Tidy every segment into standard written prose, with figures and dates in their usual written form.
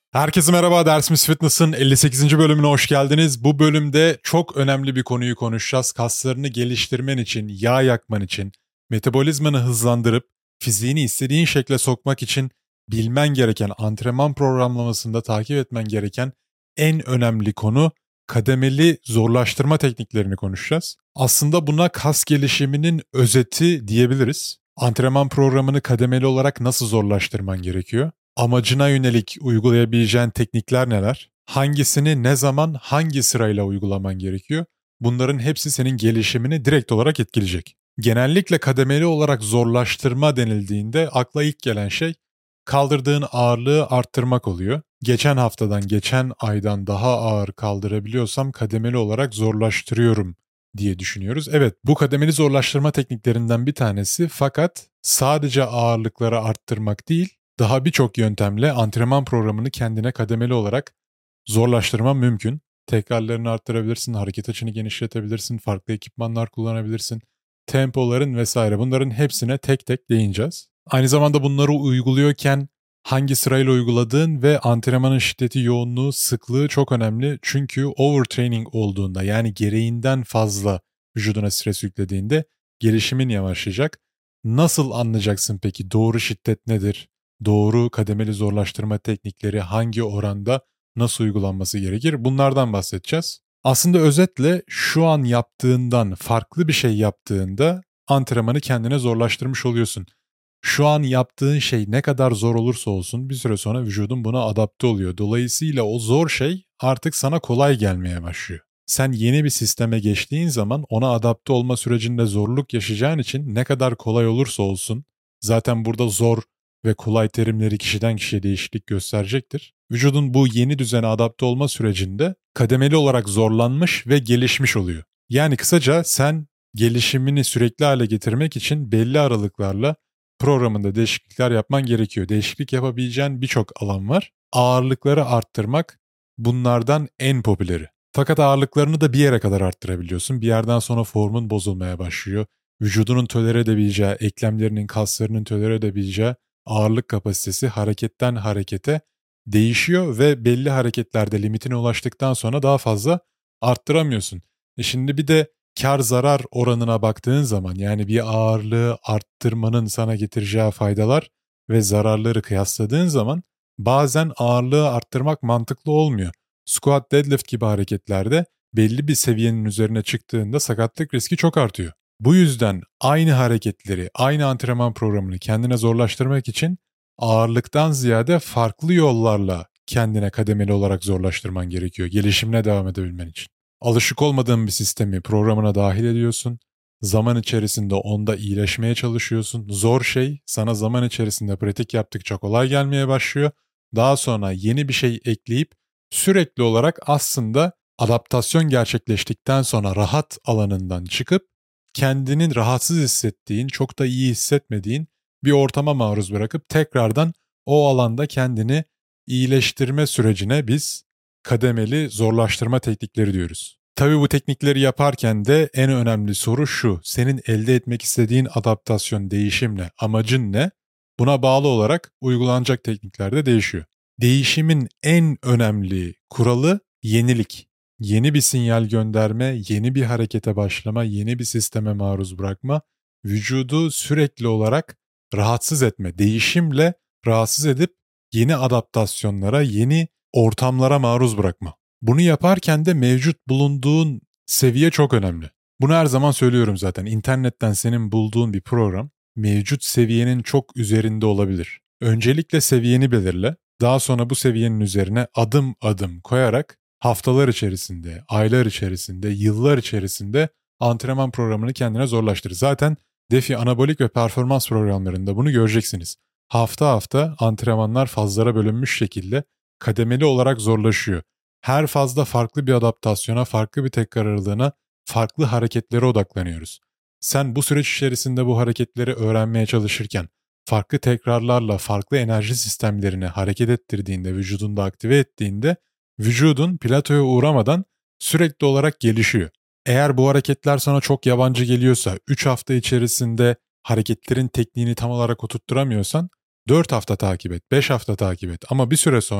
Herkese merhaba, Dersimiz Fitness'ın 58. bölümüne hoş geldiniz. Bu bölümde çok önemli bir konuyu konuşacağız. Kaslarını geliştirmen için, yağ yakman için, metabolizmanı hızlandırıp fiziğini istediğin şekle sokmak için bilmen gereken, antrenman programlamasında takip etmen gereken en önemli konu kademeli zorlaştırma tekniklerini konuşacağız. Aslında buna kas gelişiminin özeti diyebiliriz. Antrenman programını kademeli olarak nasıl zorlaştırman gerekiyor? Amacına yönelik uygulayabileceğin teknikler neler? Hangisini ne zaman hangi sırayla uygulaman gerekiyor? Bunların hepsi senin gelişimini direkt olarak etkileyecek. Genellikle kademeli olarak zorlaştırma denildiğinde akla ilk gelen şey kaldırdığın ağırlığı arttırmak oluyor. Geçen haftadan, geçen aydan daha ağır kaldırabiliyorsam kademeli olarak zorlaştırıyorum diye düşünüyoruz. Evet, bu kademeli zorlaştırma tekniklerinden bir tanesi, fakat sadece ağırlıkları arttırmak değil, daha birçok yöntemle antrenman programını kendine kademeli olarak zorlaştırman mümkün. Tekrarlarını arttırabilirsin, hareket açını genişletebilirsin, farklı ekipmanlar kullanabilirsin, tempoların vesaire, bunların hepsine tek tek değineceğiz. Aynı zamanda bunları uyguluyorken hangi sırayla uyguladığın ve antrenmanın şiddeti, yoğunluğu, sıklığı çok önemli. Çünkü overtraining olduğunda, yani gereğinden fazla vücuduna stres yüklediğinde gelişimin yavaşlayacak. Nasıl anlayacaksın peki doğru şiddet nedir? Doğru kademeli zorlaştırma teknikleri hangi oranda nasıl uygulanması gerekir? Bunlardan bahsedeceğiz. Aslında özetle şu an yaptığından farklı bir şey yaptığında antrenmanı kendine zorlaştırmış oluyorsun. Şu an yaptığın şey ne kadar zor olursa olsun bir süre sonra vücudun buna adapte oluyor. Dolayısıyla o zor şey artık sana kolay gelmeye başlıyor. Sen yeni bir sisteme geçtiğin zaman ona adapte olma sürecinde zorluk yaşayacağın için ne kadar kolay olursa olsun, zaten burada zor ve kolay terimleri kişiden kişiye değişiklik gösterecektir. Vücudun bu yeni düzene adapte olma sürecinde kademeli olarak zorlanmış ve gelişmiş oluyor. Yani kısaca sen gelişimini sürekli hale getirmek için belli aralıklarla programında değişiklikler yapman gerekiyor. Değişiklik yapabileceğin birçok alan var. Ağırlıkları arttırmak bunlardan en popüleri. Fakat ağırlıklarını da bir yere kadar arttırabiliyorsun. Bir yerden sonra formun bozulmaya başlıyor. Vücudunun tolere edebileceği, eklemlerinin, kaslarının tolere edebileceği ağırlık kapasitesi hareketten harekete değişiyor ve belli hareketlerde limitine ulaştıktan sonra daha fazla arttıramıyorsun. Şimdi bir de kar zarar oranına baktığın zaman, yani bir ağırlığı arttırmanın sana getireceği faydalar ve zararları kıyasladığın zaman bazen ağırlığı arttırmak mantıklı olmuyor. Squat, deadlift gibi hareketlerde belli bir seviyenin üzerine çıktığında sakatlık riski çok artıyor. Bu yüzden aynı hareketleri, aynı antrenman programını kendine zorlaştırmak için ağırlıktan ziyade farklı yollarla kendine kademeli olarak zorlaştırman gerekiyor gelişimine devam edebilmen için. Alışık olmadığın bir sistemi programına dahil ediyorsun. Zaman içerisinde onda iyileşmeye çalışıyorsun. Zor şey sana zaman içerisinde pratik yaptıkça kolay gelmeye başlıyor. Daha sonra yeni bir şey ekleyip sürekli olarak aslında adaptasyon gerçekleştikten sonra rahat alanından çıkıp kendinin rahatsız hissettiğin, çok da iyi hissetmediğin bir ortama maruz bırakıp tekrardan o alanda kendini iyileştirme sürecine biz kademeli zorlaştırma teknikleri diyoruz. Tabii bu teknikleri yaparken de en önemli soru şu: senin elde etmek istediğin adaptasyon, değişim ne? Amacın ne? Buna bağlı olarak uygulanacak teknikler de değişiyor. Değişimin en önemli kuralı yenilik. Yeni bir sinyal gönderme, yeni bir harekete başlama, yeni bir sisteme maruz bırakma, vücudu sürekli olarak rahatsız etme. Değişimle rahatsız edip yeni adaptasyonlara, yeni ortamlara maruz bırakma. Bunu yaparken de mevcut bulunduğun seviye çok önemli. Bunu her zaman söylüyorum zaten. İnternetten senin bulduğun bir program mevcut seviyenin çok üzerinde olabilir. Öncelikle seviyeni belirle. Daha sonra bu seviyenin üzerine adım adım koyarak haftalar içerisinde, aylar içerisinde, yıllar içerisinde antrenman programını kendine zorlaştır. Zaten defi, anabolik ve performans programlarında bunu göreceksiniz. Hafta hafta antrenmanlar fazlara bölünmüş şekilde kademeli olarak zorlaşıyor. Her fazda farklı bir adaptasyona, farklı bir tekrar aralığına, farklı hareketlere odaklanıyoruz. Sen bu süreç içerisinde bu hareketleri öğrenmeye çalışırken, farklı tekrarlarla farklı enerji sistemlerini hareket ettirdiğinde, vücudunda aktive ettiğinde, vücudun platoya uğramadan sürekli olarak gelişiyor. Eğer bu hareketler sana çok yabancı geliyorsa, 3 hafta içerisinde hareketlerin tekniğini tam olarak oturtturamıyorsan, 4 hafta takip et, 5 hafta takip et. Ama bir süre sonra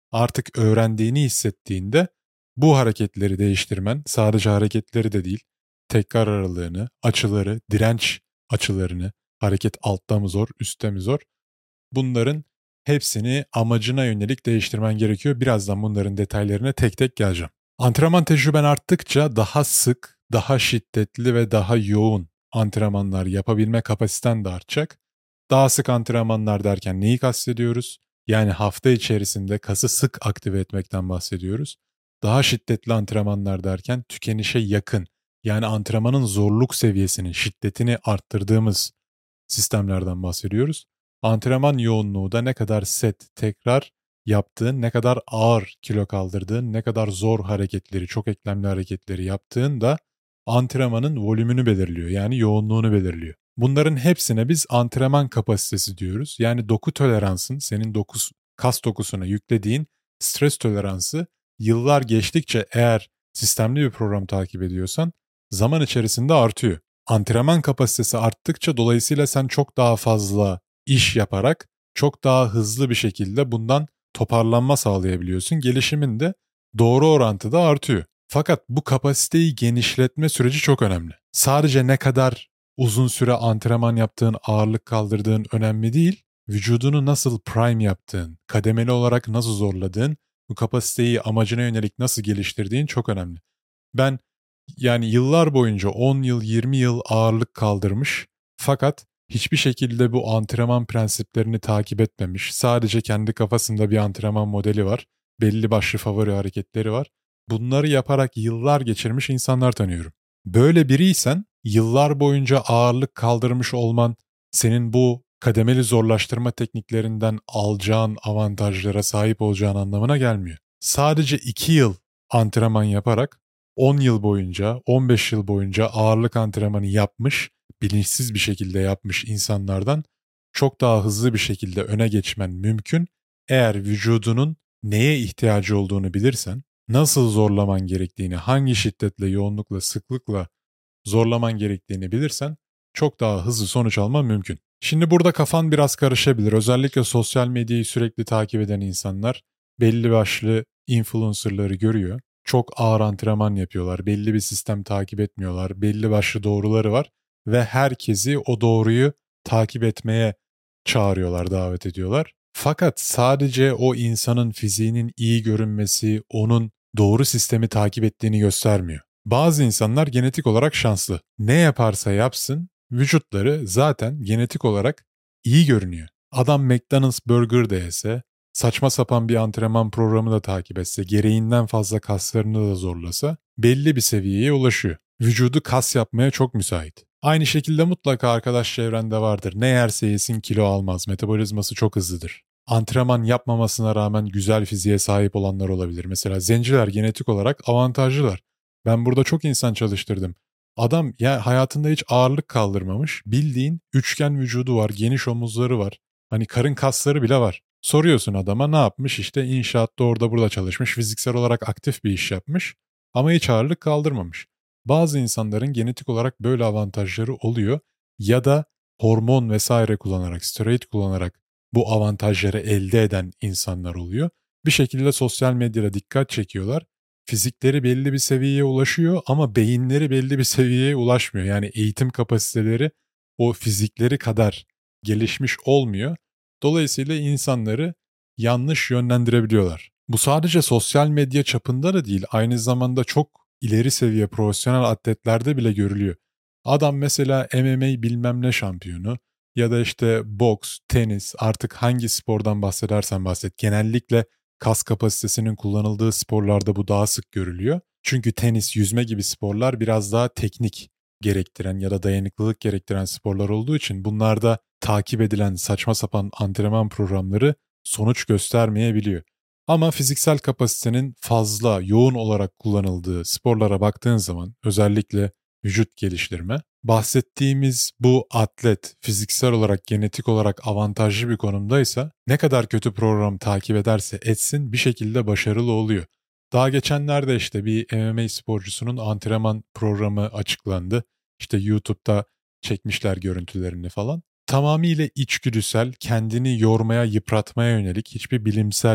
artık öğrendiğini hissettiğinde bu hareketleri değiştirmen, sadece hareketleri de değil, tekrar aralığını, açıları, direnç açılarını, hareket altta mı zor, üstte mi zor, bunların hepsini amacına yönelik değiştirmen gerekiyor. Birazdan bunların detaylarına tek tek geleceğim. Antrenman tecrüben arttıkça daha sık, daha şiddetli ve daha yoğun antrenmanlar yapabilme kapasiten de artacak. Daha sık antrenmanlar derken neyi kastediyoruz? Yani hafta içerisinde kası sık aktive etmekten bahsediyoruz. Daha şiddetli antrenmanlar derken tükenişe yakın, yani antrenmanın zorluk seviyesinin şiddetini arttırdığımız sistemlerden bahsediyoruz. Antrenman yoğunluğu da ne kadar set, tekrar yaptığın, ne kadar ağır kilo kaldırdığın, ne kadar zor hareketleri, çok eklemli hareketleri yaptığın da antrenmanın volümünü belirliyor. Yani yoğunluğunu belirliyor. Bunların hepsine biz antrenman kapasitesi diyoruz. Yani doku toleransın, senin kas dokusuna yüklediğin stres toleransı yıllar geçtikçe eğer sistemli bir program takip ediyorsan zaman içerisinde artıyor. Antrenman kapasitesi arttıkça dolayısıyla sen çok daha fazla iş yaparak çok daha hızlı bir şekilde bundan toparlanma sağlayabiliyorsun. Gelişimin de doğru orantıda artıyor. Fakat bu kapasiteyi genişletme süreci çok önemli. Sadece ne kadar uzun süre antrenman yaptığın, ağırlık kaldırdığın önemli değil, vücudunu nasıl prime yaptığın, kademeli olarak nasıl zorladığın, bu kapasiteyi amacına yönelik nasıl geliştirdiğin çok önemli. Ben yani yıllar boyunca 10 yıl, 20 yıl ağırlık kaldırmış fakat hiçbir şekilde bu antrenman prensiplerini takip etmemiş. Sadece kendi kafasında bir antrenman modeli var. Belli başlı favori hareketleri var. Bunları yaparak yıllar geçirmiş insanlar tanıyorum. Böyle biriysen yıllar boyunca ağırlık kaldırmış olman senin bu kademeli zorlaştırma tekniklerinden alacağın avantajlara sahip olacağın anlamına gelmiyor. Sadece 2 yıl antrenman yaparak 10 yıl boyunca, 15 yıl boyunca ağırlık antrenmanı yapmış, bilinçsiz bir şekilde yapmış insanlardan çok daha hızlı bir şekilde öne geçmen mümkün. Eğer vücudunun neye ihtiyacı olduğunu bilirsen, nasıl zorlaman gerektiğini, hangi şiddetle, yoğunlukla, sıklıkla zorlaman gerektiğini bilirsen çok daha hızlı sonuç alman mümkün. Şimdi burada kafan biraz karışabilir. Özellikle sosyal medyayı sürekli takip eden insanlar belli başlı influencerları görüyor. Çok ağır antrenman yapıyorlar, belli bir sistem takip etmiyorlar, belli başlı doğruları var ve herkesi o doğruyu takip etmeye çağırıyorlar, davet ediyorlar. Fakat sadece o insanın fiziğinin iyi görünmesi, onun doğru sistemi takip ettiğini göstermiyor. Bazı insanlar genetik olarak şanslı. Ne yaparsa yapsın, vücutları zaten genetik olarak iyi görünüyor. Adam McDonald's burger de yese, saçma sapan bir antrenman programı da takip etse, gereğinden fazla kaslarını da zorlasa belli bir seviyeye ulaşıyor. Vücudu kas yapmaya çok müsait. Aynı şekilde mutlaka arkadaş çevrende vardır. Ne yerse yesin kilo almaz, metabolizması çok hızlıdır. Antrenman yapmamasına rağmen güzel fiziğe sahip olanlar olabilir. Mesela zenciler genetik olarak avantajlılar. Ben burada çok insan çalıştırdım. Adam ya hayatında hiç ağırlık kaldırmamış. Bildiğin üçgen vücudu var, geniş omuzları var. Hani karın kasları bile var. Soruyorsun adama ne yapmış? İşte inşaatta orada burada çalışmış. Fiziksel olarak aktif bir iş yapmış. Ama hiç ağırlık kaldırmamış. Bazı insanların genetik olarak böyle avantajları oluyor. Ya da hormon vesaire kullanarak, steroid kullanarak bu avantajları elde eden insanlar oluyor. Bir şekilde sosyal medyada dikkat çekiyorlar. Fizikleri belli bir seviyeye ulaşıyor ama beyinleri belli bir seviyeye ulaşmıyor. Yani eğitim kapasiteleri o fizikleri kadar gelişmiş olmuyor. Dolayısıyla insanları yanlış yönlendirebiliyorlar. Bu sadece sosyal medya çapında da değil, aynı zamanda çok ileri seviye profesyonel atletlerde bile görülüyor. Adam mesela MMA bilmem ne şampiyonu ya da işte boks, tenis, artık hangi spordan bahsedersen bahset. Genellikle kas kapasitesinin kullanıldığı sporlarda bu daha sık görülüyor. Çünkü tenis, yüzme gibi sporlar biraz daha teknik gerektiren ya da dayanıklılık gerektiren sporlar olduğu için bunlarda takip edilen saçma sapan antrenman programları sonuç göstermeyebiliyor. Ama fiziksel kapasitenin fazla, yoğun olarak kullanıldığı sporlara baktığın zaman özellikle vücut geliştirme, bahsettiğimiz bu atlet fiziksel olarak, genetik olarak avantajlı bir konumdaysa ne kadar kötü program takip ederse etsin bir şekilde başarılı oluyor. Daha geçenlerde işte bir MMA sporcusunun antrenman programı açıklandı. İşte YouTube'da çekmişler görüntülerini falan. Tamamıyla içgüdüsel, kendini yormaya, yıpratmaya yönelik hiçbir bilimsel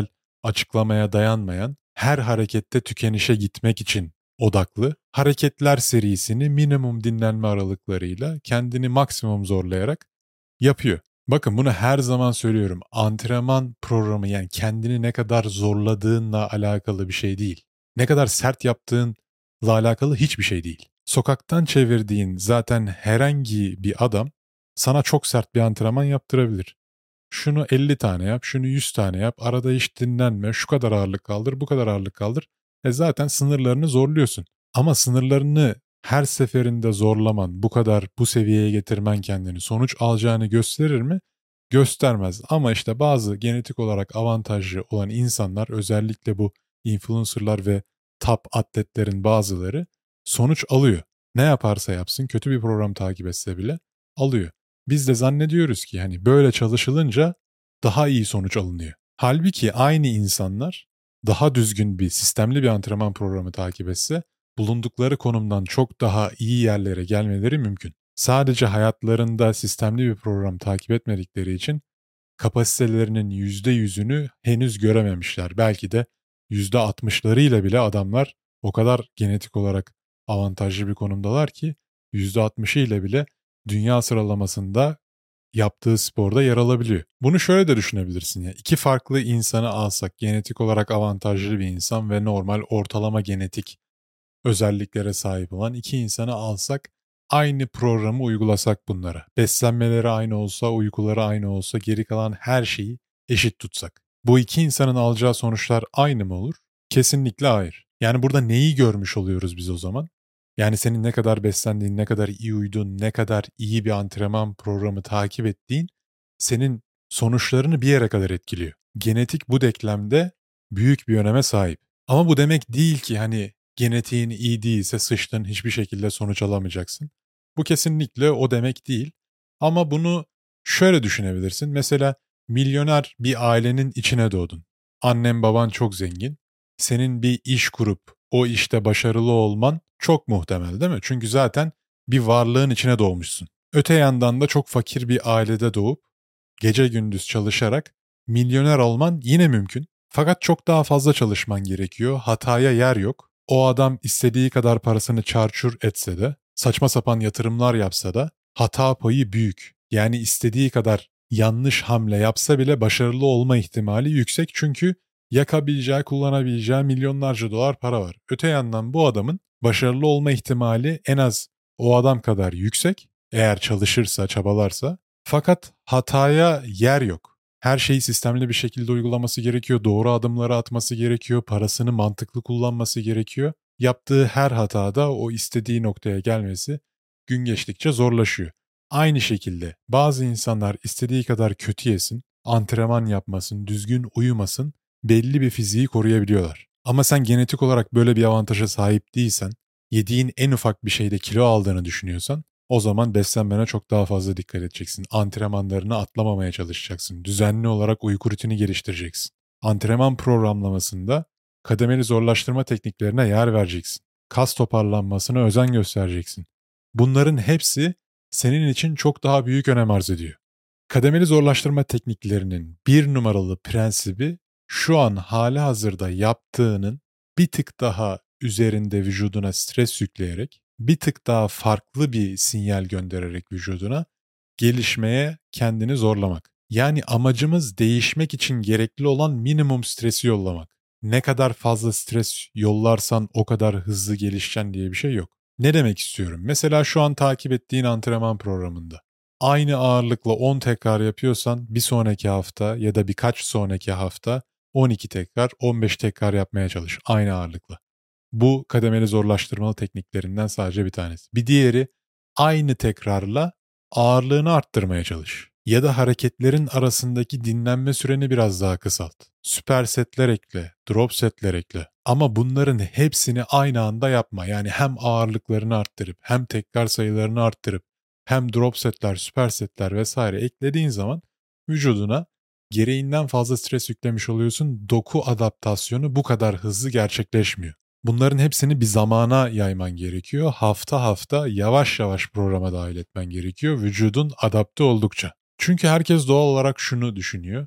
açıklamaya dayanmayan, her harekette tükenişe gitmek için odaklı hareketler serisini minimum dinlenme aralıklarıyla kendini maksimum zorlayarak yapıyor. Bakın bunu her zaman söylüyorum. Antrenman programı yani kendini ne kadar zorladığınla alakalı bir şey değil. Ne kadar sert yaptığınla alakalı hiçbir şey değil. Sokaktan çevirdiğin zaten herhangi bir adam sana çok sert bir antrenman yaptırabilir. Şunu 50 tane yap, şunu 100 tane yap, arada hiç dinlenme, şu kadar ağırlık kaldır, bu kadar ağırlık kaldır. Zaten sınırlarını zorluyorsun. Ama sınırlarını her seferinde zorlaman, bu kadar bu seviyeye getirmen kendini sonuç alacağını gösterir mi? Göstermez. Ama işte bazı genetik olarak avantajlı olan insanlar, özellikle bu influencerlar ve top atletlerin bazıları sonuç alıyor. Ne yaparsa yapsın, kötü bir program takip etse bile alıyor. Biz de zannediyoruz ki hani böyle çalışılınca daha iyi sonuç alınıyor. Halbuki aynı insanlar daha düzgün bir sistemli bir antrenman programı takip etse bulundukları konumdan çok daha iyi yerlere gelmeleri mümkün. Sadece hayatlarında sistemli bir program takip etmedikleri için kapasitelerinin %100'ünü henüz görememişler. Belki de %60'larıyla bile adamlar o kadar genetik olarak avantajlı bir konumdalar ki %60'ı ile bile dünya sıralamasında yaptığı sporda yer alabiliyor. Bunu şöyle de düşünebilirsin ya. İki farklı insanı alsak, genetik olarak avantajlı bir insan ve normal ortalama genetik özelliklere sahip olan iki insanı alsak, aynı programı uygulasak bunlara. Beslenmeleri aynı olsa, uykuları aynı olsa, geri kalan her şeyi eşit tutsak. Bu iki insanın alacağı sonuçlar aynı mı olur? Kesinlikle hayır. Yani burada neyi görmüş oluyoruz biz o zaman? Yani senin ne kadar beslendiğin, ne kadar iyi uyuduğun, ne kadar iyi bir antrenman programı takip ettiğin senin sonuçlarını bir yere kadar etkiliyor. Genetik bu denklemde büyük bir öneme sahip. Ama bu demek değil ki hani genetiğin iyi değilse sıçtın, hiçbir şekilde sonuç alamayacaksın. Bu kesinlikle o demek değil. Ama bunu şöyle düşünebilirsin. Mesela milyoner bir ailenin içine doğdun. Annen baban çok zengin. Senin bir iş kurup o işte başarılı olman çok muhtemel değil mi? Çünkü zaten bir varlığın içine doğmuşsun. Öte yandan da çok fakir bir ailede doğup gece gündüz çalışarak milyoner olman yine mümkün. Fakat çok daha fazla çalışman gerekiyor. Hataya yer yok. O adam istediği kadar parasını çarçur etse de, saçma sapan yatırımlar yapsa da hata payı büyük. Yani istediği kadar yanlış hamle yapsa bile başarılı olma ihtimali yüksek çünkü yakabileceği, kullanabileceği milyonlarca dolar para var. Öte yandan bu adamın başarılı olma ihtimali en az o adam kadar yüksek eğer çalışırsa, çabalarsa. Fakat hataya yer yok. Her şeyi sistemli bir şekilde uygulaması gerekiyor, doğru adımları atması gerekiyor, parasını mantıklı kullanması gerekiyor. Yaptığı her hatada o istediği noktaya gelmesi gün geçtikçe zorlaşıyor. Aynı şekilde bazı insanlar istediği kadar kötü yesin, antrenman yapmasın, düzgün uyumasın, belli bir fiziği koruyabiliyorlar. Ama sen genetik olarak böyle bir avantaja sahip değilsen, yediğin en ufak bir şeyde kilo aldığını düşünüyorsan, o zaman beslenmene çok daha fazla dikkat edeceksin. Antrenmanlarını atlamamaya çalışacaksın. Düzenli olarak uyku rutini geliştireceksin. Antrenman programlamasında kademeli zorlaştırma tekniklerine yer vereceksin. Kas toparlanmasına özen göstereceksin. Bunların hepsi senin için çok daha büyük önem arz ediyor. Kademeli zorlaştırma tekniklerinin bir numaralı prensibi şu an hali hazırda yaptığının bir tık daha üzerinde vücuduna stres yükleyerek, bir tık daha farklı bir sinyal göndererek vücuduna gelişmeye kendini zorlamak. Yani amacımız değişmek için gerekli olan minimum stresi yollamak. Ne kadar fazla stres yollarsan o kadar hızlı gelişeceksin diye bir şey yok. Ne demek istiyorum? Mesela şu an takip ettiğin antrenman programında aynı ağırlıkla 10 tekrar yapıyorsan bir sonraki hafta ya da birkaç sonraki hafta 12 tekrar, 15 tekrar yapmaya çalış aynı ağırlıkla. Bu kademeli zorlaştırmalı tekniklerinden sadece bir tanesi. Bir diğeri aynı tekrarla ağırlığını arttırmaya çalış. Ya da hareketlerin arasındaki dinlenme süreni biraz daha kısalt. Süper setler ekle, drop setler ekle. Ama bunların hepsini aynı anda yapma. Yani hem ağırlıklarını arttırıp, hem tekrar sayılarını arttırıp, hem drop setler, süper setler vesaire eklediğin zaman vücuduna gereğinden fazla stres yüklemiş oluyorsun. Doku adaptasyonu bu kadar hızlı gerçekleşmiyor. Bunların hepsini bir zamana yayman gerekiyor. Hafta hafta yavaş yavaş programa dahil etmen gerekiyor vücudun adapte oldukça. Çünkü herkes doğal olarak şunu düşünüyor.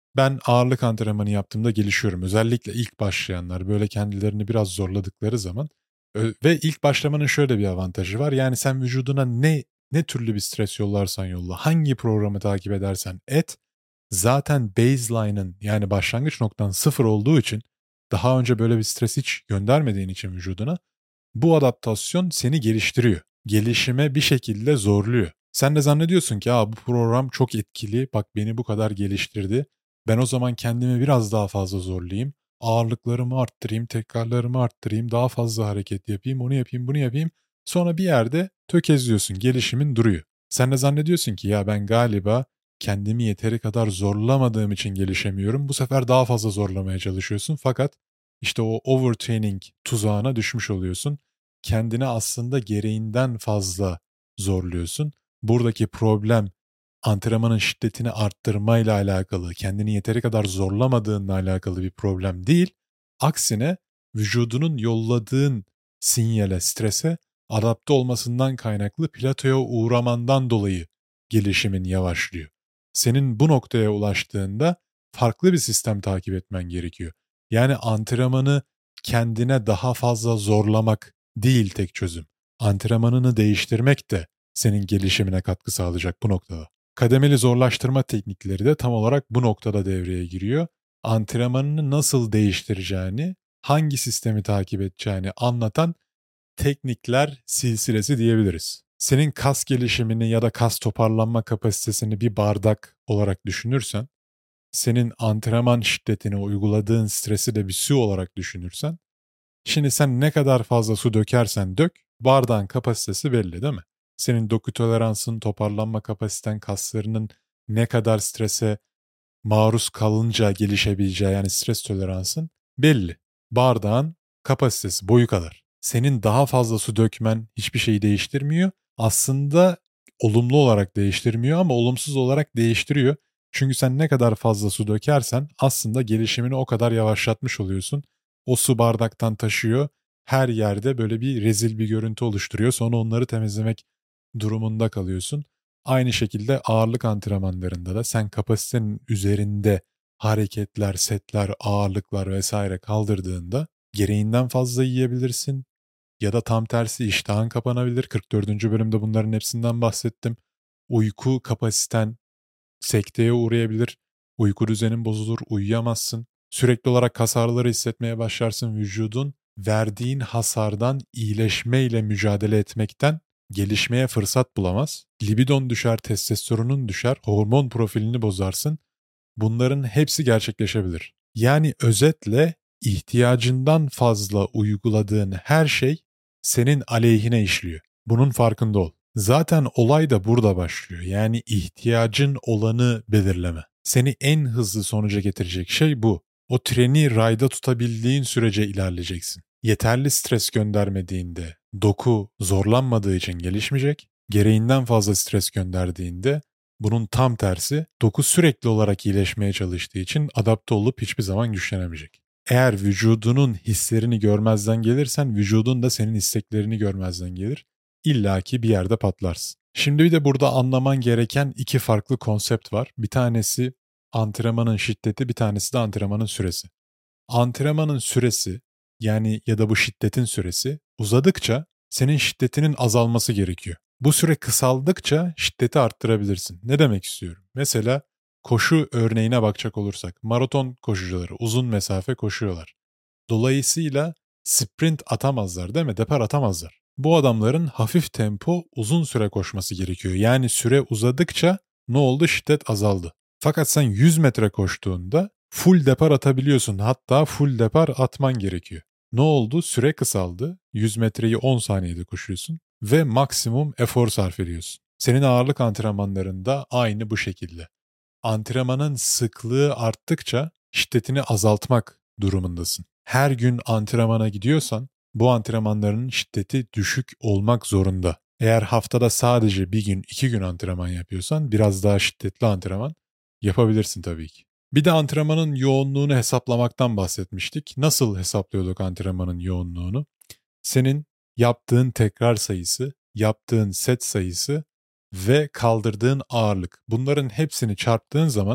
Ben ağırlık antrenmanı yaptığımda gelişiyorum. Özellikle ilk başlayanlar böyle kendilerini biraz zorladıkları zaman ve ilk başlamanın şöyle bir avantajı var. Yani sen vücuduna ne türlü bir stres yollarsan yolla, hangi programı takip edersen et, zaten baseline'ın yani başlangıç noktan sıfır olduğu için, daha önce böyle bir stres hiç göndermediğin için vücuduna, bu adaptasyon seni geliştiriyor. Gelişime bir şekilde zorluyor. Sen de zannediyorsun ki bu program çok etkili, bak beni bu kadar geliştirdi. Ben o zaman kendimi biraz daha fazla zorlayayım. Ağırlıklarımı arttırayım, tekrarlarımı arttırayım, daha fazla hareket yapayım, onu yapayım, bunu yapayım. Sonra bir yerde tökezliyorsun, gelişimin duruyor. Sen de zannediyorsun ki ben galiba kendimi yeteri kadar zorlamadığım için gelişemiyorum. Bu sefer daha fazla zorlamaya çalışıyorsun fakat işte o overtraining tuzağına düşmüş oluyorsun. Kendini aslında gereğinden fazla zorluyorsun. Buradaki problem antrenmanın şiddetini arttırmayla alakalı, kendini yeteri kadar zorlamadığınla alakalı bir problem değil. Aksine vücudunun yolladığın sinyale, strese adapte olmasından kaynaklı platoya uğramandan dolayı gelişimin yavaşlıyor. Senin bu noktaya ulaştığında farklı bir sistem takip etmen gerekiyor. Yani antrenmanı kendine daha fazla zorlamak değil tek çözüm. Antrenmanını değiştirmek de senin gelişimine katkı sağlayacak bu noktada. Kademeli zorlaştırma teknikleri de tam olarak bu noktada devreye giriyor. Antrenmanını nasıl değiştireceğini, hangi sistemi takip edeceğini anlatan teknikler silsilesi diyebiliriz. Senin kas gelişimini ya da kas toparlanma kapasitesini bir bardak olarak düşünürsen, senin antrenman şiddetine uyguladığın stresi de bir su olarak düşünürsen, şimdi sen ne kadar fazla su dökersen dök, bardağın kapasitesi belli değil mi? Senin doku toleransın, toparlanma kapasiten, kaslarının ne kadar strese maruz kalınca gelişebileceği yani stres toleransın belli. Bardağın kapasitesi boyu kadar. Senin daha fazla su dökmen hiçbir şeyi değiştirmiyor. Aslında olumlu olarak değiştirmiyor ama olumsuz olarak değiştiriyor. Çünkü sen ne kadar fazla su dökersen aslında gelişimini o kadar yavaşlatmış oluyorsun. O su bardaktan taşıyor. Her yerde böyle bir rezil bir görüntü oluşturuyor. Sonra onları temizlemek durumunda kalıyorsun. Aynı şekilde ağırlık antrenmanlarında da sen kapasitenin üzerinde hareketler, setler, ağırlıklar vesaire kaldırdığında gereğinden fazla yiyebilirsin. Ya da tam tersi iştahın kapanabilir. 44. bölümde bunların hepsinden bahsettim. Uyku kapasiten sekteye uğrayabilir. Uyku düzenin bozulur, uyuyamazsın. Sürekli olarak kas ağrıları hissetmeye başlarsın. Vücudun verdiğin hasardan iyileşmeyle mücadele etmekten gelişmeye fırsat bulamaz. Libidon düşer, testosteronun düşer, hormon profilini bozarsın. Bunların hepsi gerçekleşebilir. Yani özetle ihtiyacından fazla uyguladığın her şey senin aleyhine işliyor. Bunun farkında ol. Zaten olay da burada başlıyor. Yani ihtiyacın olanı belirleme. Seni en hızlı sonuca getirecek şey bu. O treni rayda tutabildiğin sürece ilerleyeceksin. Yeterli stres göndermediğinde doku zorlanmadığı için gelişmeyecek. Gereğinden fazla stres gönderdiğinde bunun tam tersi, doku sürekli olarak iyileşmeye çalıştığı için adapte olup hiçbir zaman güçlenemeyecek. Eğer vücudunun hislerini görmezden gelirsen, vücudun da senin isteklerini görmezden gelir. İlla ki bir yerde patlarsın. Şimdi bir de burada anlaman gereken iki farklı konsept var. Bir tanesi antrenmanın şiddeti, bir tanesi de antrenmanın süresi. Antrenmanın süresi yani ya da bu şiddetin süresi uzadıkça senin şiddetinin azalması gerekiyor. Bu süre kısaldıkça şiddeti arttırabilirsin. Ne demek istiyorum? Mesela koşu örneğine bakacak olursak maraton koşucuları uzun mesafe koşuyorlar. Dolayısıyla sprint atamazlar değil mi? Depar atamazlar. Bu adamların hafif tempo uzun süre koşması gerekiyor. Yani süre uzadıkça ne oldu? Şiddet azaldı. Fakat sen 100 metre koştuğunda full depar atabiliyorsun. Hatta full depar atman gerekiyor. Ne oldu? Süre kısaldı. 100 metreyi 10 saniyede koşuyorsun ve maksimum efor sarf ediyorsun. Senin ağırlık antrenmanlarında aynı bu şekilde. Antrenmanın sıklığı arttıkça şiddetini azaltmak durumundasın. Her gün antrenmana gidiyorsan bu antrenmanların şiddeti düşük olmak zorunda. Eğer haftada sadece bir gün, 2 gün antrenman yapıyorsan biraz daha şiddetli antrenman yapabilirsin tabii ki. Bir de antrenmanın yoğunluğunu hesaplamaktan bahsetmiştik. Nasıl hesaplıyorduk antrenmanın yoğunluğunu? Senin yaptığın tekrar sayısı, yaptığın set sayısı ve kaldırdığın ağırlık. Bunların hepsini çarptığın zaman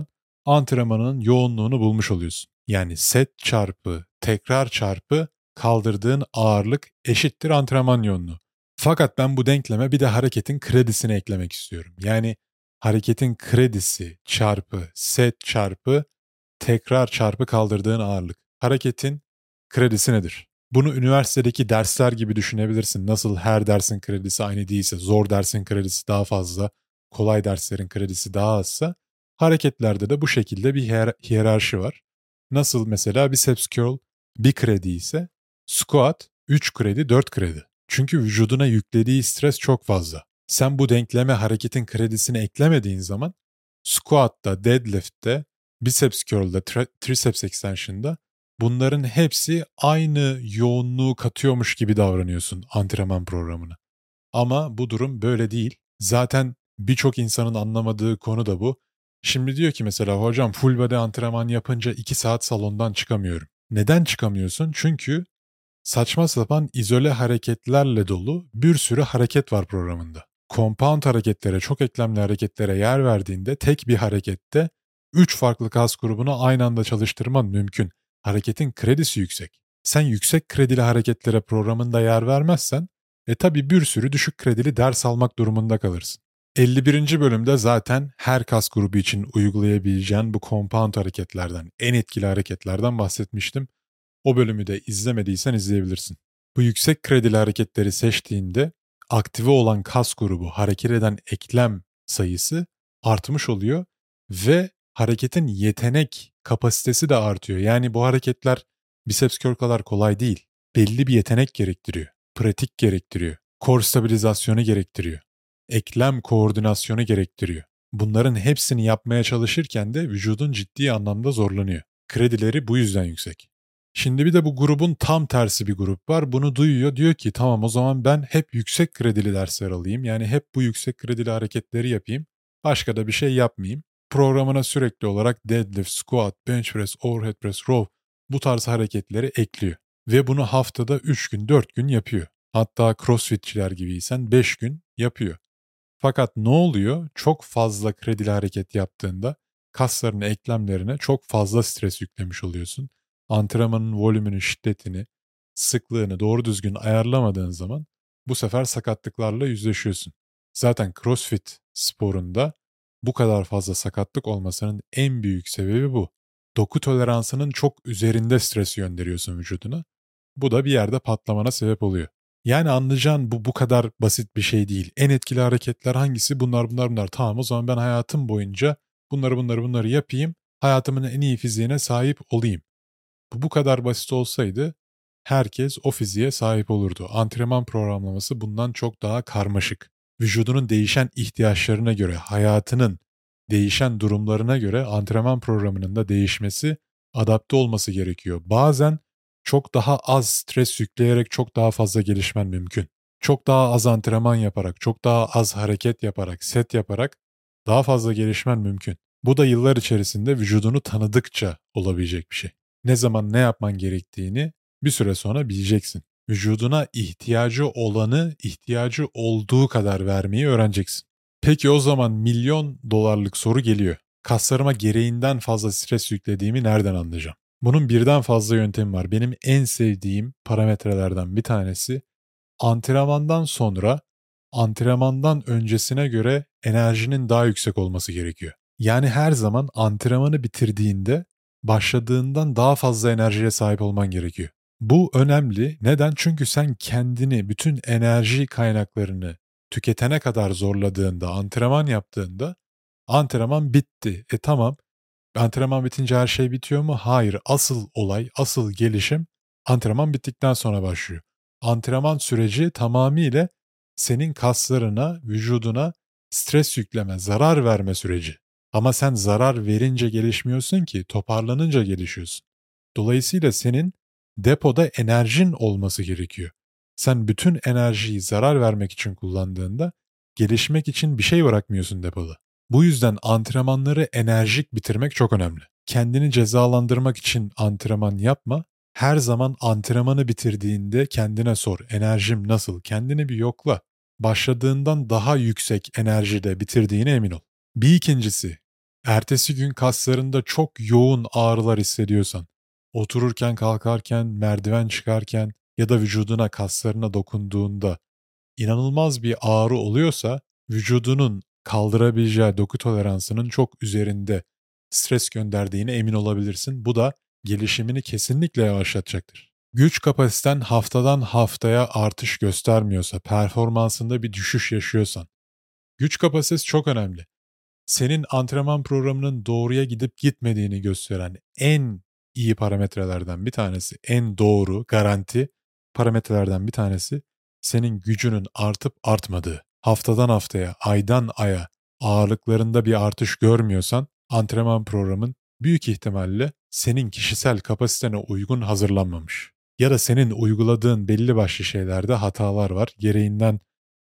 antrenmanın yoğunluğunu bulmuş oluyorsun. Yani set çarpı tekrar çarpı kaldırdığın ağırlık eşittir antrenman yoğunluğu. Fakat ben bu denkleme bir de hareketin kredisini eklemek istiyorum. Yani hareketin kredisi çarpı set çarpı tekrar çarpı kaldırdığın ağırlık. Hareketin kredisi nedir? Bunu üniversitedeki dersler gibi düşünebilirsin. Nasıl her dersin kredisi aynı değilse, zor dersin kredisi daha fazla, kolay derslerin kredisi daha azsa, hareketlerde de bu şekilde bir hiyerarşi var. Nasıl mesela biceps curl 1 kredi ise squat 3 kredi 4 kredi. Çünkü vücuduna yüklediği stres çok fazla. Sen bu denkleme hareketin kredisini eklemediğin zaman squat'ta, deadlift'te, biceps curl'da, triceps extension'da bunların hepsi aynı yoğunluğu katıyormuş gibi davranıyorsun antrenman programına. Ama bu durum böyle değil. Zaten birçok insanın anlamadığı konu da bu. Şimdi diyor ki mesela hocam full body antrenman yapınca 2 saat salondan çıkamıyorum. Neden çıkamıyorsun? Çünkü saçma sapan izole hareketlerle dolu bir sürü hareket var programında. Compound hareketlere, çok eklemli hareketlere yer verdiğinde tek bir harekette 3 farklı kas grubunu aynı anda çalıştırman mümkün. Hareketin kredisi yüksek. Sen yüksek kredili hareketlere programında yer vermezsen tabi bir sürü düşük kredili ders almak durumunda kalırsın. 51. bölümde zaten her kas grubu için uygulayabileceğin bu compound hareketlerden, en etkili hareketlerden bahsetmiştim. O bölümü de izlemediysen izleyebilirsin. Bu yüksek kredili hareketleri seçtiğinde aktive olan kas grubu, hareket eden eklem sayısı artmış oluyor ve hareketin yetenek kapasitesi de artıyor. Yani bu hareketler biceps curl kadar kolay değil. Belli bir yetenek gerektiriyor, pratik gerektiriyor, core stabilizasyonu gerektiriyor, eklem koordinasyonu gerektiriyor. Bunların hepsini yapmaya çalışırken de vücudun ciddi anlamda zorlanıyor. Kredileri bu yüzden yüksek. Şimdi bir de bu grubun tam tersi bir grup var. Bunu duyuyor, diyor ki tamam o zaman ben hep yüksek kredili dersler alayım. Yani hep bu yüksek kredili hareketleri yapayım. Başka da bir şey yapmayayım. Programına sürekli olarak deadlift, squat, bench press, overhead press, row bu tarz hareketleri ekliyor. Ve bunu haftada 3 gün, 4 gün yapıyor. Hatta crossfitçiler gibiysen 5 gün yapıyor. Fakat ne oluyor? Çok fazla kredili hareket yaptığında kasların eklemlerine çok fazla stres yüklemiş oluyorsun. Antrenmanın volümünü, şiddetini, sıklığını doğru düzgün ayarlamadığın zaman bu sefer sakatlıklarla yüzleşiyorsun. Zaten CrossFit sporunda bu kadar fazla sakatlık olmasının en büyük sebebi bu. Doku toleransının çok üzerinde stres gönderiyorsun vücuduna. Bu da bir yerde patlamana sebep oluyor. Yani anlayacağın bu kadar basit bir şey değil. En etkili hareketler hangisi? Bunlar. Tamam o zaman ben hayatım boyunca bunları yapayım. Hayatımın en iyi fiziğine sahip olayım. Bu kadar basit olsaydı herkes o fiziğe sahip olurdu. Antrenman programlaması bundan çok daha karmaşık. Vücudunun değişen ihtiyaçlarına göre, hayatının değişen durumlarına göre antrenman programının da değişmesi, adapte olması gerekiyor. Bazen çok daha az stres yükleyerek çok daha fazla gelişmen mümkün. Çok daha az antrenman yaparak, çok daha az hareket yaparak, set yaparak daha fazla gelişmen mümkün. Bu da yıllar içerisinde vücudunu tanıdıkça olabilecek bir şey. Ne zaman ne yapman gerektiğini bir süre sonra bileceksin. Vücuduna ihtiyacı olanı ihtiyacı olduğu kadar vermeyi öğreneceksin. Peki o zaman milyon dolarlık soru geliyor. Kaslarıma gereğinden fazla stres yüklediğimi nereden anlayacağım? Bunun birden fazla yöntemi var. Benim en sevdiğim parametrelerden bir tanesi antrenmandan sonra antrenmandan öncesine göre enerjinin daha yüksek olması gerekiyor. Yani her zaman antrenmanı bitirdiğinde başladığından daha fazla enerjiye sahip olman gerekiyor. Bu önemli. Neden? Çünkü sen kendini, bütün enerji kaynaklarını tüketene kadar zorladığında, antrenman yaptığında antrenman bitti. Tamam. Antrenman bitince her şey bitiyor mu? Hayır. Asıl olay, asıl gelişim antrenman bittikten sonra başlıyor. Antrenman süreci tamamıyla senin kaslarına, vücuduna stres yükleme, zarar verme süreci. Ama sen zarar verince gelişmiyorsun ki, toparlanınca gelişiyorsun. Dolayısıyla senin depoda enerjin olması gerekiyor. Sen bütün enerjiyi zarar vermek için kullandığında gelişmek için bir şey bırakmıyorsun depoda. Bu yüzden antrenmanları enerjik bitirmek çok önemli. Kendini cezalandırmak için antrenman yapma. Her zaman antrenmanı bitirdiğinde kendine sor. Enerjim nasıl? Kendini bir yokla. Başladığından daha yüksek enerjide bitirdiğine emin ol. Bir ikincisi, Ertesi gün kaslarında çok yoğun ağrılar hissediyorsan, otururken, kalkarken, merdiven çıkarken ya da vücuduna, kaslarına dokunduğunda inanılmaz bir ağrı oluyorsa, vücudunun kaldırabileceği doku toleransının çok üzerinde stres gönderdiğine emin olabilirsin. Bu da gelişimini kesinlikle yavaşlatacaktır. Güç kapasiten haftadan haftaya artış göstermiyorsa, performansında bir düşüş yaşıyorsan, güç kapasitesi çok önemli. Senin antrenman programının doğruya gidip gitmediğini gösteren en iyi parametrelerden bir tanesi, en doğru, garanti parametrelerden bir tanesi senin gücünün artıp artmadığı. Haftadan haftaya, aydan aya ağırlıklarında bir artış görmüyorsan antrenman programın büyük ihtimalle senin kişisel kapasitene uygun hazırlanmamış. Ya da senin uyguladığın belli başlı şeylerde hatalar var. Gereğinden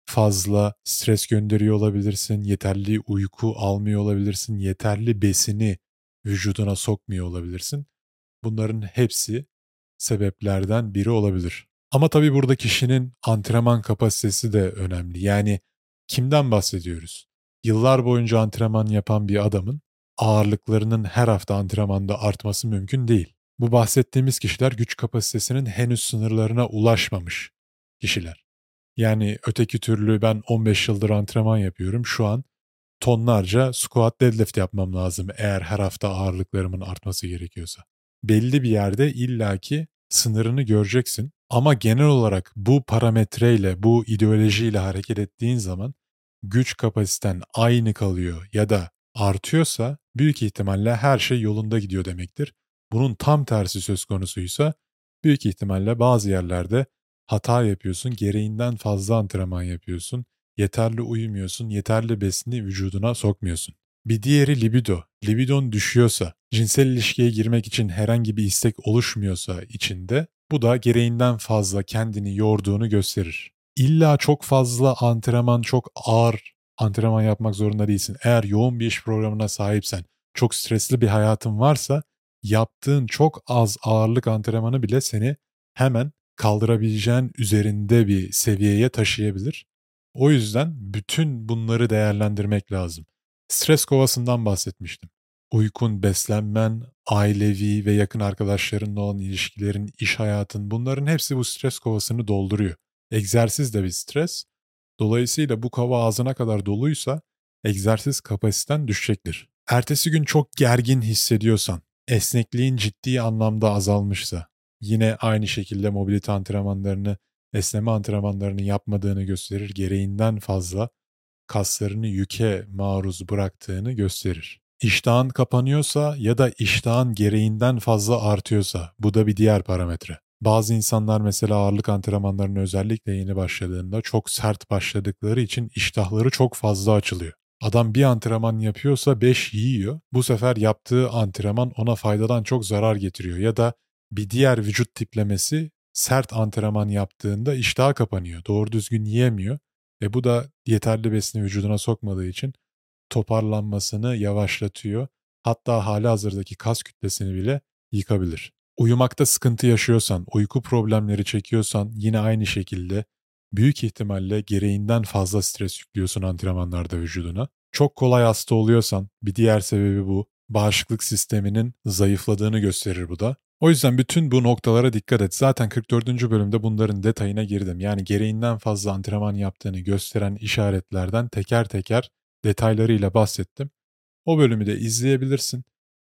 fazla stres gönderiyor olabilirsin, yeterli uyku almıyor olabilirsin, yeterli besini vücuduna sokmuyor olabilirsin. Bunların hepsi sebeplerden biri olabilir. Ama tabii burada kişinin antrenman kapasitesi de önemli. Yani kimden bahsediyoruz? Yıllar boyunca antrenman yapan bir adamın ağırlıklarının her hafta antrenmanda artması mümkün değil. Bu bahsettiğimiz kişiler güç kapasitesinin henüz sınırlarına ulaşmamış kişiler. Yani öteki türlü ben 15 yıldır antrenman yapıyorum. Şu an tonlarca squat deadlift yapmam lazım eğer her hafta ağırlıklarımın artması gerekiyorsa. Belli bir yerde illaki sınırını göreceksin. Ama genel olarak bu parametreyle, bu ideolojiyle hareket ettiğin zaman güç kapasiten aynı kalıyor ya da artıyorsa büyük ihtimalle her şey yolunda gidiyor demektir. Bunun tam tersi söz konusuysa büyük ihtimalle bazı yerlerde hata yapıyorsun, gereğinden fazla antrenman yapıyorsun, yeterli uyumuyorsun, yeterli besini vücuduna sokmuyorsun. Bir diğeri libido. Libidon düşüyorsa, cinsel ilişkiye girmek için herhangi bir istek oluşmuyorsa içinde, bu da gereğinden fazla kendini yorduğunu gösterir. İlla çok fazla antrenman, çok ağır antrenman yapmak zorunda değilsin. Eğer yoğun bir iş programına sahipsen, çok stresli bir hayatın varsa, yaptığın çok az ağırlık antrenmanı bile seni hemen kaldırabileceğin üzerinde bir seviyeye taşıyabilir. O yüzden bütün bunları değerlendirmek lazım. Stres kovasından bahsetmiştim. Uykun, beslenmen, ailevi ve yakın arkadaşlarınla olan ilişkilerin, iş hayatın bunların hepsi bu stres kovasını dolduruyor. Egzersiz de bir stres. Dolayısıyla bu kova ağzına kadar doluysa egzersiz kapasiten düşecektir. Ertesi gün çok gergin hissediyorsan, esnekliğin ciddi anlamda azalmışsa, yine aynı şekilde mobilite antrenmanlarını, esneme antrenmanlarını yapmadığını gösterir, gereğinden fazla kaslarını yüke maruz bıraktığını gösterir. İştahın kapanıyorsa ya da iştahın gereğinden fazla artıyorsa bu da bir diğer parametre. Bazı insanlar mesela ağırlık antrenmanlarına özellikle yeni başladığında çok sert başladıkları için iştahları çok fazla açılıyor. Adam bir antrenman yapıyorsa 5 yiyor. Bu sefer yaptığı antrenman ona faydadan çok zarar getiriyor. Ya da bir diğer vücut tiplemesi sert antrenman yaptığında iştahı kapanıyor. Doğru düzgün yiyemiyor. Bu da yeterli besini vücuduna sokmadığı için toparlanmasını yavaşlatıyor. Hatta halihazırdaki kas kütlesini bile yıkabilir. Uyumakta sıkıntı yaşıyorsan, uyku problemleri çekiyorsan yine aynı şekilde büyük ihtimalle gereğinden fazla stres yüklüyorsun antrenmanlarda vücuduna. Çok kolay hasta oluyorsan bir diğer sebebi bu. Bağışıklık sisteminin zayıfladığını gösterir bu da. O yüzden bütün bu noktalara dikkat et. Zaten 44. bölümde bunların detayına girdim. Yani gereğinden fazla antrenman yaptığını gösteren işaretlerden teker teker detaylarıyla bahsettim. O bölümü de izleyebilirsin.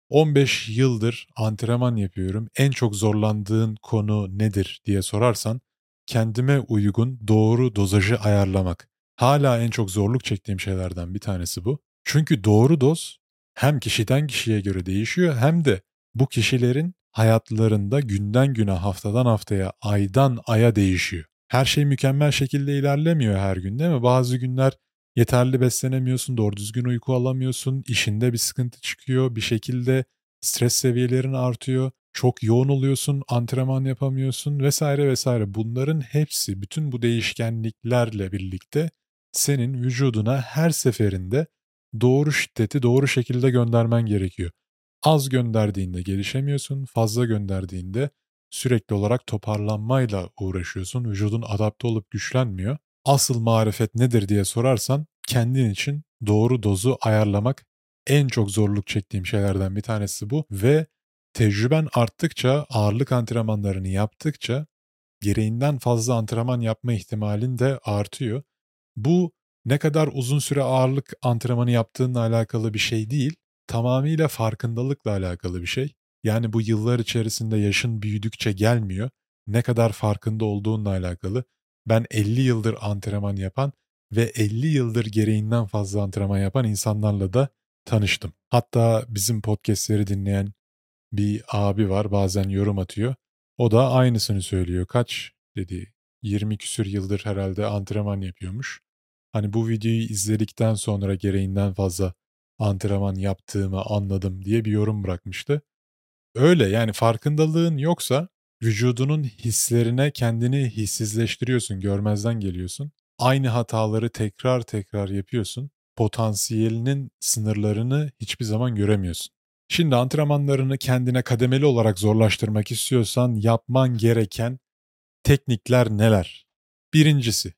15 yıldır antrenman yapıyorum. En çok zorlandığın konu nedir diye sorarsan kendime uygun doğru dozajı ayarlamak. Hala en çok zorluk çektiğim şeylerden bir tanesi bu. Çünkü doğru doz hem kişiden kişiye göre değişiyor hem de bu kişilerin hayatlarında günden güne, haftadan haftaya, aydan aya değişiyor. Her şey mükemmel şekilde ilerlemiyor her gün değil mi? Bazı günler yeterli beslenemiyorsun, doğru düzgün uyku alamıyorsun, işinde bir sıkıntı çıkıyor, bir şekilde stres seviyelerin artıyor, çok yoğun oluyorsun, antrenman yapamıyorsun vesaire vesaire. Bunların hepsi, bütün bu değişkenliklerle birlikte senin vücuduna her seferinde doğru şiddeti doğru şekilde göndermen gerekiyor. Az gönderdiğinde gelişemiyorsun, fazla gönderdiğinde sürekli olarak toparlanmayla uğraşıyorsun. Vücudun adapte olup güçlenmiyor. Asıl marifet nedir diye sorarsan kendin için doğru dozu ayarlamak en çok zorluk çektiğim şeylerden bir tanesi bu ve tecrüben arttıkça, ağırlık antrenmanlarını yaptıkça gereğinden fazla antrenman yapma ihtimalin de artıyor. Bu ne kadar uzun süre ağırlık antrenmanı yaptığınla alakalı bir şey değil, tamamıyla farkındalıkla alakalı bir şey. Yani bu yıllar içerisinde yaşın büyüdükçe gelmiyor. Ne kadar farkında olduğunla alakalı. Ben 50 yıldır antrenman yapan ve 50 yıldır gereğinden fazla antrenman yapan insanlarla da tanıştım. Hatta bizim podcastleri dinleyen bir abi var, bazen yorum atıyor. O da aynısını söylüyor. Kaç dedi? 20 küsür yıldır herhalde antrenman yapıyormuş. Hani bu videoyu izledikten sonra gereğinden fazla antrenman yaptığımı anladım diye bir yorum bırakmıştı. Öyle yani farkındalığın yoksa vücudunun hislerine kendini hissizleştiriyorsun, görmezden geliyorsun. Aynı hataları tekrar tekrar yapıyorsun. Potansiyelinin sınırlarını hiçbir zaman göremiyorsun. Şimdi antrenmanlarını kendine kademeli olarak zorlaştırmak istiyorsan yapman gereken teknikler neler? Birincisi,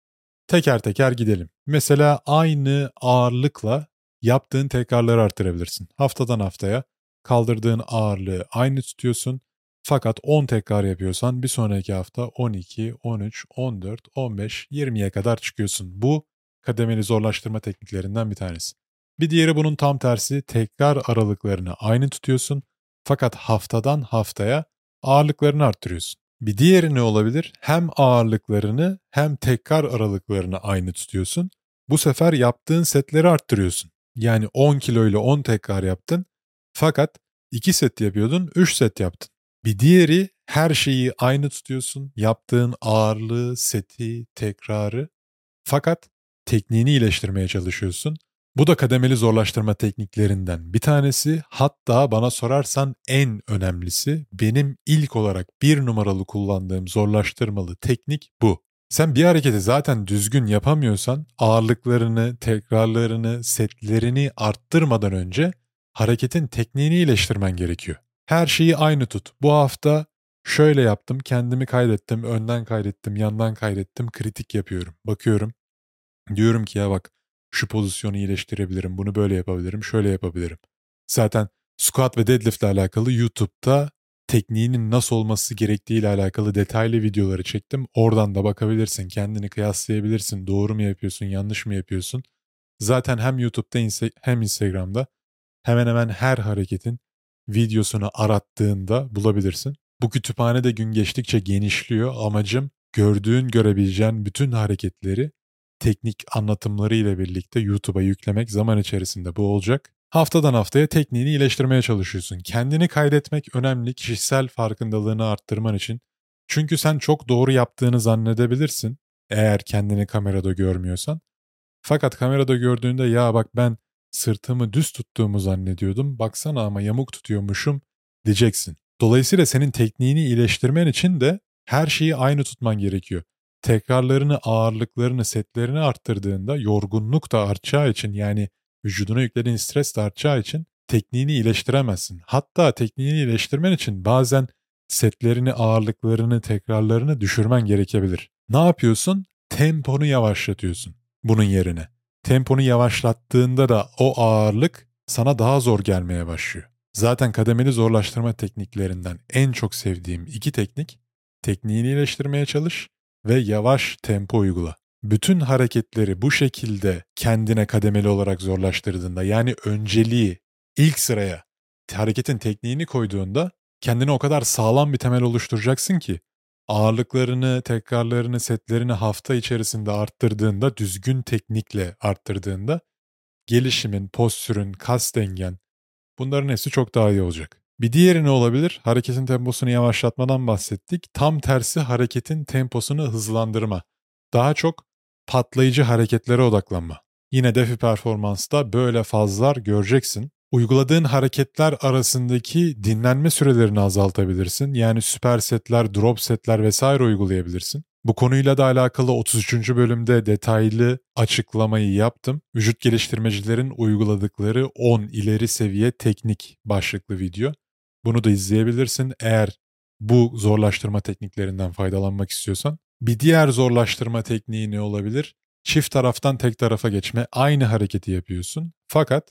teker teker gidelim. Mesela aynı ağırlıkla yaptığın tekrarları artırabilirsin. Haftadan haftaya kaldırdığın ağırlığı aynı tutuyorsun. Fakat 10 tekrar yapıyorsan bir sonraki hafta 12, 13, 14, 15, 20'ye kadar çıkıyorsun. Bu kademeli zorlaştırma tekniklerinden bir tanesi. Bir diğeri bunun tam tersi, tekrar aralıklarını aynı tutuyorsun. Fakat haftadan haftaya ağırlıklarını arttırıyorsun. Bir diğeri ne olabilir? Hem ağırlıklarını hem tekrar aralıklarını aynı tutuyorsun. Bu sefer yaptığın setleri arttırıyorsun. Yani 10 kilo ile 10 tekrar yaptın. Fakat 2 set yapıyordun, 3 set yaptın. Bir diğeri her şeyi aynı tutuyorsun. Yaptığın ağırlığı, seti, tekrarı. Fakat tekniğini iyileştirmeye çalışıyorsun. Bu da kademeli zorlaştırma tekniklerinden bir tanesi. Hatta bana sorarsan en önemlisi, benim ilk olarak bir numaralı kullandığım zorlaştırmalı teknik bu. Sen bir hareketi zaten düzgün yapamıyorsan ağırlıklarını, tekrarlarını, setlerini arttırmadan önce hareketin tekniğini iyileştirmen gerekiyor. Her şeyi aynı tut. Bu hafta şöyle yaptım, kendimi kaydettim, önden kaydettim, yandan kaydettim, kritik yapıyorum. Bakıyorum. Diyorum ki ya bak şu pozisyonu iyileştirebilirim, bunu böyle yapabilirim, şöyle yapabilirim. Zaten squat ve deadlift ile alakalı YouTube'da tekniğinin nasıl olması gerektiği ile alakalı detaylı videoları çektim. Oradan da bakabilirsin, kendini kıyaslayabilirsin. Doğru mu yapıyorsun, yanlış mı yapıyorsun? Zaten hem YouTube'da hem Instagram'da hemen hemen her hareketin videosunu arattığında bulabilirsin. Bu kütüphane de gün geçtikçe genişliyor. Amacım görebileceğin bütün hareketleri teknik anlatımları ile birlikte YouTube'a yüklemek. Zaman içerisinde bu olacak. Haftadan haftaya tekniğini iyileştirmeye çalışıyorsun. Kendini kaydetmek önemli kişisel farkındalığını arttırman için. Çünkü sen çok doğru yaptığını zannedebilirsin eğer kendini kamerada görmüyorsan. Fakat kamerada gördüğünde ya bak ben sırtımı düz tuttuğumu zannediyordum. Baksana ama yamuk tutuyormuşum diyeceksin. Dolayısıyla senin tekniğini iyileştirmen için de her şeyi aynı tutman gerekiyor. Tekrarlarını, ağırlıklarını, setlerini arttırdığında yorgunluk da artacağı için yani vücuduna yüklediğin stres de artacağı için tekniğini iyileştiremezsin. Hatta tekniğini iyileştirmen için bazen setlerini, ağırlıklarını, tekrarlarını düşürmen gerekebilir. Ne yapıyorsun? Temponu yavaşlatıyorsun bunun yerine. Temponu yavaşlattığında da o ağırlık sana daha zor gelmeye başlıyor. Zaten kademeli zorlaştırma tekniklerinden en çok sevdiğim iki teknik, tekniğini iyileştirmeye çalış ve yavaş tempo uygula. Bütün hareketleri bu şekilde kendine kademeli olarak zorlaştırdığında yani önceliği ilk sıraya hareketin tekniğini koyduğunda kendine o kadar sağlam bir temel oluşturacaksın ki ağırlıklarını, tekrarlarını, setlerini hafta içerisinde arttırdığında, düzgün teknikle arttırdığında gelişimin, postürün, kas dengen bunların hepsi çok daha iyi olacak. Bir diğeri ne olabilir? Hareketin temposunu yavaşlatmadan bahsettik. Tam tersi hareketin temposunu hızlandırma. Daha çok patlayıcı hareketlere odaklanma. Yine defi performansta böyle fazlar göreceksin. Uyguladığın hareketler arasındaki dinlenme sürelerini azaltabilirsin. Yani süper setler, drop setler vesaire uygulayabilirsin. Bu konuyla da alakalı 33. bölümde detaylı açıklamayı yaptım. Vücut geliştirmecilerin uyguladıkları 10 ileri seviye teknik başlıklı video. Bunu da izleyebilirsin eğer bu zorlaştırma tekniklerinden faydalanmak istiyorsan. Bir diğer zorlaştırma tekniği ne olabilir? Çift taraftan tek tarafa geçme. Aynı hareketi yapıyorsun. Fakat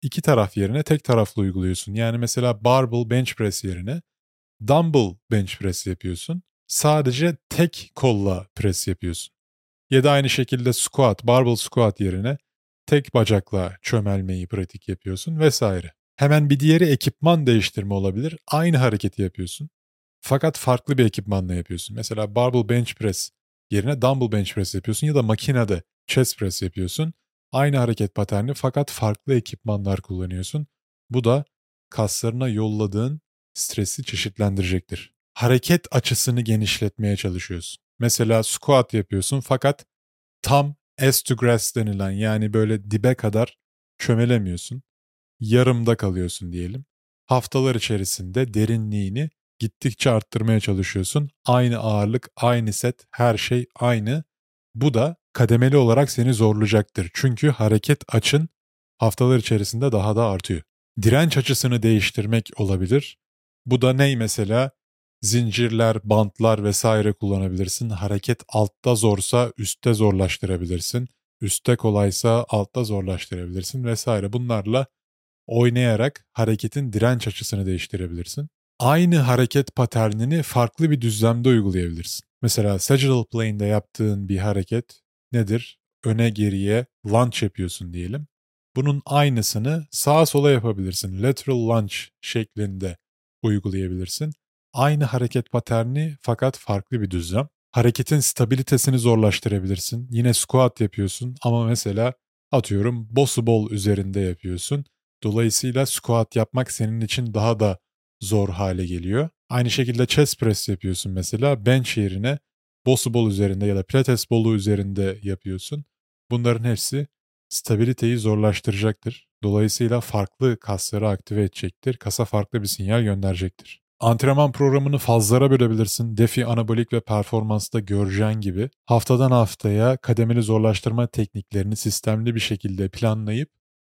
iki taraf yerine tek taraflı uyguluyorsun. Yani mesela barbell bench press yerine dumbbell bench press yapıyorsun. Sadece tek kolla press yapıyorsun. Ya da aynı şekilde squat, barbell squat yerine tek bacakla çömelmeyi pratik yapıyorsun vesaire. Hemen bir diğeri ekipman değiştirme olabilir. Aynı hareketi yapıyorsun. Fakat farklı bir ekipmanla yapıyorsun. Mesela barbell bench press yerine dumbbell bench press yapıyorsun ya da makinede chest press yapıyorsun. Aynı hareket paterni fakat farklı ekipmanlar kullanıyorsun. Bu da kaslarına yolladığın stresi çeşitlendirecektir. Hareket açısını genişletmeye çalışıyorsun. Mesela squat yapıyorsun fakat tam ass to grass denilen yani böyle dibe kadar çömelemiyorsun. Yarımda kalıyorsun diyelim. Haftalar içerisinde derinliğini gittikçe arttırmaya çalışıyorsun. Aynı ağırlık, aynı set, her şey aynı. Bu da kademeli olarak seni zorlayacaktır. Çünkü hareket açın haftalar içerisinde daha da artıyor. Direnç açısını değiştirmek olabilir. Bu da ney mesela? Zincirler, bantlar vesaire kullanabilirsin. Hareket altta zorsa üstte zorlaştırabilirsin. Üstte kolaysa altta zorlaştırabilirsin vesaire. Bunlarla oynayarak hareketin direnç açısını değiştirebilirsin. Aynı hareket paternini farklı bir düzlemde uygulayabilirsin. Mesela sagittal plane'de yaptığın bir hareket nedir? Öne geriye lunge yapıyorsun diyelim. Bunun aynısını sağa sola yapabilirsin. Lateral lunge şeklinde uygulayabilirsin. Aynı hareket paterni fakat farklı bir düzlem. Hareketin stabilitesini zorlaştırabilirsin. Yine squat yapıyorsun ama mesela atıyorum bosu ball üzerinde yapıyorsun. Dolayısıyla squat yapmak senin için daha da zor hale geliyor. Aynı şekilde chest press yapıyorsun mesela. Bench yerine bosu ball üzerinde ya da pilates ball'u üzerinde yapıyorsun. Bunların hepsi stabiliteyi zorlaştıracaktır. Dolayısıyla farklı kasları aktive edecektir. Kasa farklı bir sinyal gönderecektir. Antrenman programını fazlara bölebilirsin. Defi, anabolik ve performansta göreceğin gibi haftadan haftaya kademeli zorlaştırma tekniklerini sistemli bir şekilde planlayıp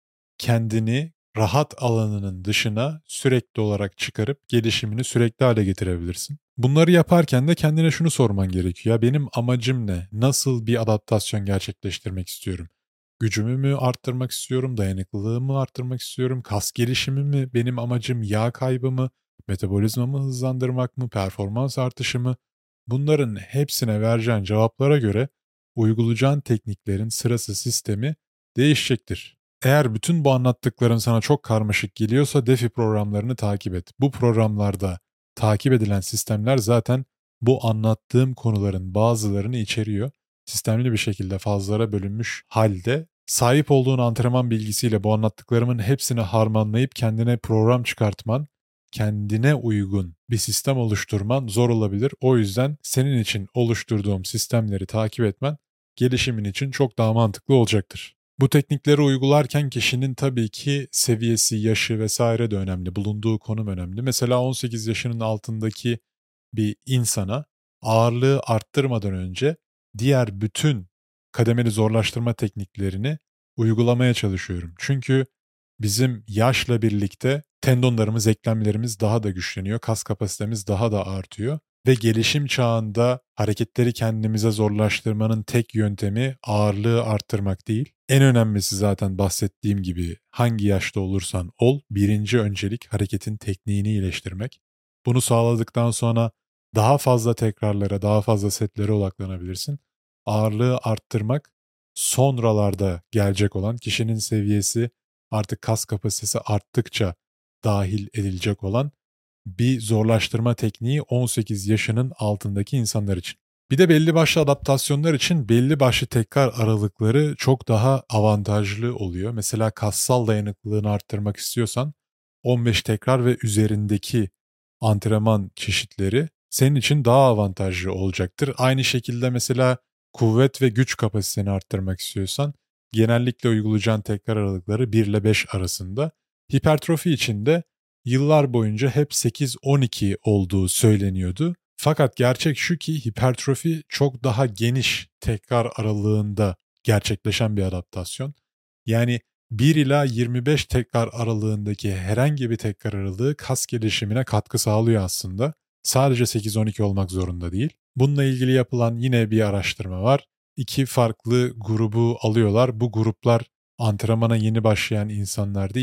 kendini rahat alanının dışına sürekli olarak çıkarıp gelişimini sürekli hale getirebilirsin. Bunları yaparken de kendine şunu sorman gerekiyor. Ya benim amacım ne? Nasıl bir adaptasyon gerçekleştirmek istiyorum? Gücümü mü arttırmak istiyorum? Dayanıklılığımı arttırmak istiyorum? Kas gelişimi mi? Benim amacım yağ kaybı mı? Metabolizmamı hızlandırmak mı? Performans artışı mı? Bunların hepsine vereceğin cevaplara göre uygulayacağın tekniklerin sırası sistemi değişecektir. Eğer bütün bu anlattıklarım sana çok karmaşık geliyorsa DeFi programlarını takip et. Bu programlarda takip edilen sistemler zaten bu anlattığım konuların bazılarını içeriyor. Sistemli bir şekilde fazlara bölünmüş halde sahip olduğun antrenman bilgisiyle bu anlattıklarımın hepsini harmanlayıp kendine program çıkartman, kendine uygun bir sistem oluşturman zor olabilir. O yüzden senin için oluşturduğum sistemleri takip etmen gelişimin için çok daha mantıklı olacaktır. Bu teknikleri uygularken kişinin tabii ki seviyesi, yaşı vesaire de önemli. Bulunduğu konum önemli. Mesela 18 yaşının altındaki bir insana ağırlığı arttırmadan önce diğer bütün kademeli zorlaştırma tekniklerini uygulamaya çalışıyorum. Çünkü bizim yaşla birlikte tendonlarımız, eklemlerimiz daha da güçleniyor, kas kapasitemiz daha da artıyor ve gelişim çağında hareketleri kendimize zorlaştırmanın tek yöntemi ağırlığı arttırmak değil. En önemlisi zaten bahsettiğim gibi hangi yaşta olursan ol, birinci öncelik hareketin tekniğini iyileştirmek. Bunu sağladıktan sonra daha fazla tekrarlara, daha fazla setlere odaklanabilirsin. Ağırlığı arttırmak sonralarda gelecek olan kişinin seviyesi artık kas kapasitesi arttıkça dahil edilecek olan bir zorlaştırma tekniği 18 yaşının altındaki insanlar için. Bir de belli başlı adaptasyonlar için belli başlı tekrar aralıkları çok daha avantajlı oluyor. Mesela kassal dayanıklılığını arttırmak istiyorsan 15 tekrar ve üzerindeki antrenman çeşitleri senin için daha avantajlı olacaktır. Aynı şekilde mesela kuvvet ve güç kapasiteni arttırmak istiyorsan genellikle uygulayacağın tekrar aralıkları 1 ile 5 arasında. Hipertrofi için de yıllar boyunca hep 8-12 olduğu söyleniyordu. Fakat gerçek şu ki hipertrofi çok daha geniş tekrar aralığında gerçekleşen bir adaptasyon. Yani 1 ila 25 tekrar aralığındaki herhangi bir tekrar aralığı kas gelişimine katkı sağlıyor aslında. Sadece 8-12 olmak zorunda değil. Bununla ilgili yapılan yine bir araştırma var. İki farklı grubu alıyorlar. Bu gruplar antrenmana yeni başlayan insanlar değil.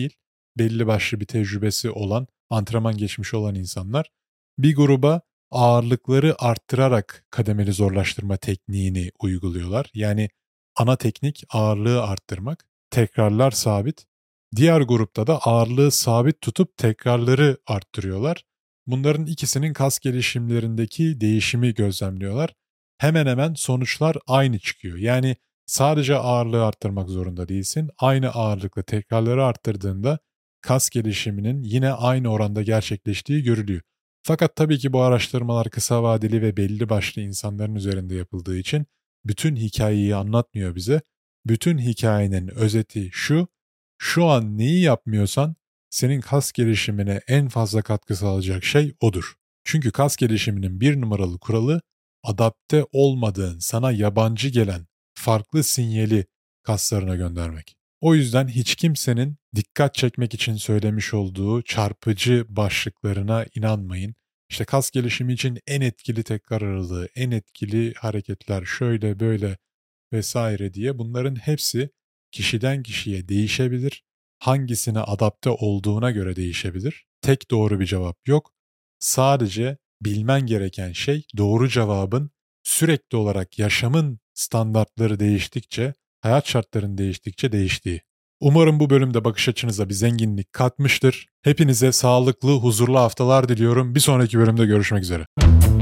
belli başlı bir tecrübesi olan, antrenman geçmiş olan insanlar. Bir gruba ağırlıkları arttırarak kademeli zorlaştırma tekniğini uyguluyorlar. Yani ana teknik ağırlığı arttırmak, tekrarlar sabit. Diğer grupta da ağırlığı sabit tutup tekrarları arttırıyorlar. Bunların ikisinin kas gelişimlerindeki değişimi gözlemliyorlar. Hemen hemen sonuçlar aynı çıkıyor. Yani sadece ağırlığı arttırmak zorunda değilsin. Aynı ağırlıkla tekrarları arttırdığında kas gelişiminin yine aynı oranda gerçekleştiği görülüyor. Fakat tabii ki bu araştırmalar kısa vadeli ve belli başlı insanların üzerinde yapıldığı için bütün hikayeyi anlatmıyor bize. Bütün hikayenin özeti şu an neyi yapmıyorsan senin kas gelişimine en fazla katkı sağlayacak şey odur. Çünkü kas gelişiminin bir numaralı kuralı adapte olmadığın, sana yabancı gelen farklı sinyali kaslarına göndermek. O yüzden hiç kimsenin dikkat çekmek için söylemiş olduğu çarpıcı başlıklarına inanmayın. İşte kas gelişimi için en etkili tekrar aralığı, en etkili hareketler şöyle böyle vesaire diye bunların hepsi kişiden kişiye değişebilir. Hangisine adapte olduğuna göre değişebilir. Tek doğru bir cevap yok. Sadece bilmen gereken şey doğru cevabın sürekli olarak yaşamın standartları değiştikçe, hayat şartlarının değiştikçe değiştiği. Umarım bu bölümde bakış açınıza bir zenginlik katmıştır. Hepinize sağlıklı, huzurlu haftalar diliyorum. Bir sonraki bölümde görüşmek üzere.